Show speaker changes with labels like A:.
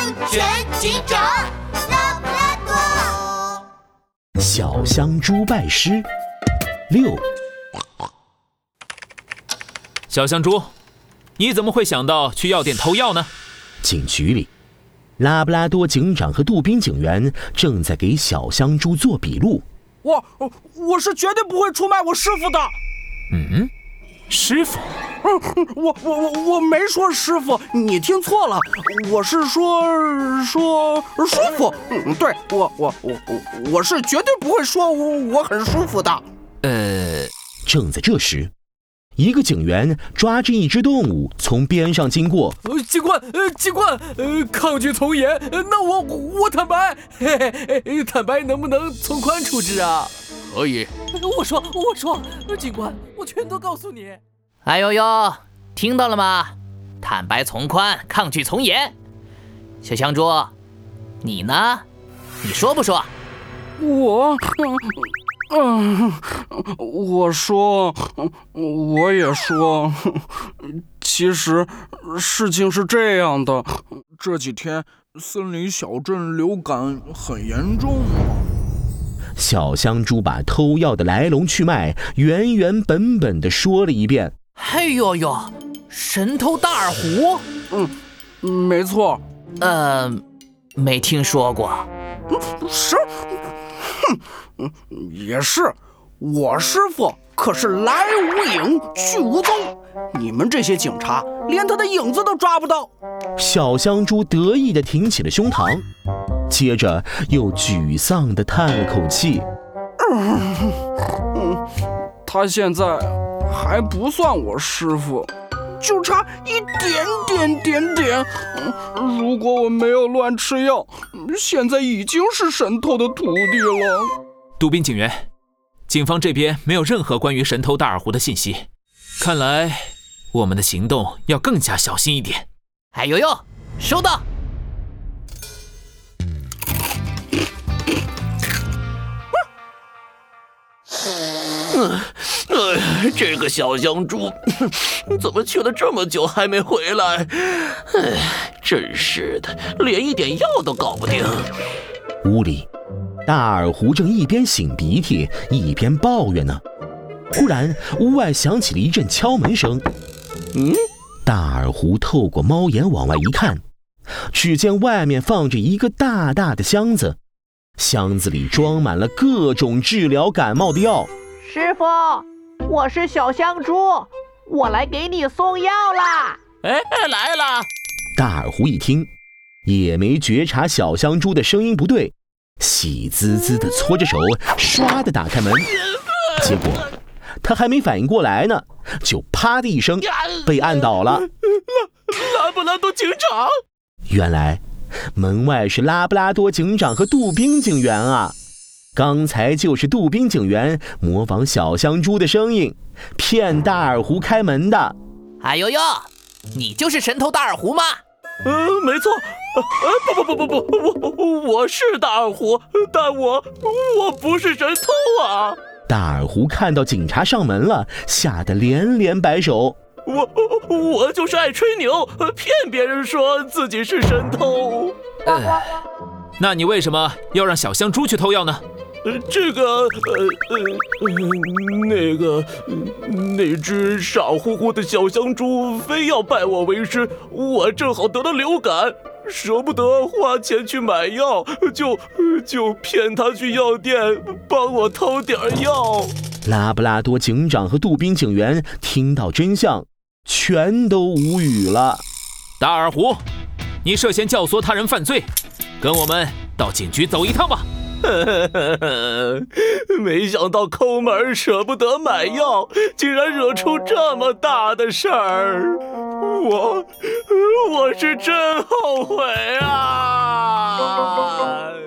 A: 全警长拉布拉多。
B: 小香猪拜师6。
C: 小香猪，你怎么会想到去药店偷药呢？
B: 警局里，拉布拉多警长和杜宾警员正在给小香猪做笔录。
D: 我是绝对不会出卖我师傅的。
C: 师傅？
D: 我没说师傅，你听错了，我是说舒服。对，我是绝对不会说我很舒服的。
B: 正在这时，一个警员抓着一只动物从边上经过。
E: 警官，抗拒从严，那我坦白，坦白能不能从宽处置啊？
C: 可以。
E: 我说，警官，我全都告诉你。
F: 哎呦呦，听到了吗？坦白从宽，抗拒从严。小香猪，你呢？你说不说？
D: 我也说，其实事情是这样的，这几天森林小镇流感很严重
B: 小香猪把偷药的来龙去脉原原本本地说了一遍。
F: 哎呦呦，神偷大耳狐？
D: 没错。
F: 没听说过。
D: 是？也是。我师傅可是来无影去无踪，你们这些警察连他的影子都抓不到。
B: 小香猪得意地挺起了胸膛，接着又沮丧地叹了口气。
D: 他现在还不算我师傅，就差一点。如果我没有乱吃药，现在已经是神偷的徒弟了。
C: 杜宾警员，警方这边没有任何关于神偷大耳狐的信息，看来我们的行动要更加小心一点。
F: 哎呦呦，收到。
G: 这个小香猪怎么去了这么久还没回来？真是的，连一点药都搞不定。
B: 屋里，大耳狐正一边擤鼻涕一边抱怨呢。忽然，屋外响起了一阵敲门声。大耳狐透过猫眼往外一看，只见外面放着一个大大的箱子，箱子里装满了各种治疗感冒的药。
H: 师傅，我是小香猪，我来给你送药啦！
G: 来了！
B: 大耳狐一听，也没觉察小香猪的声音不对，喜滋滋地搓着手，唰地打开门。结果他还没反应过来呢，就啪的一声被按倒了。
G: 拉布拉多警长！
B: 原来门外是拉布拉多警长和杜宾警员啊！刚才就是杜宾警员模仿小香猪的声音，骗大耳狐开门的。
F: 哎呦呦，你就是神偷大耳狐吗？
G: 没错。不，我是大耳狐，但我不是神偷啊！
B: 大耳狐看到警察上门了，吓得连连摆手。
G: 我就是爱吹牛，骗别人说自己是神偷。
C: 那你为什么要让小香猪去偷药呢？
G: 那只傻乎乎的小香猪非要拜我为师，我正好得了流感，舍不得花钱去买药，就骗他去药店帮我偷点药。
B: 拉布拉多警长和杜宾警员听到真相，全都无语了。
C: 大耳狐，你涉嫌教唆他人犯罪，跟我们到警局走一趟吧。
G: 没想到抠门舍不得买药，竟然惹出这么大的事儿，我是真后悔啊！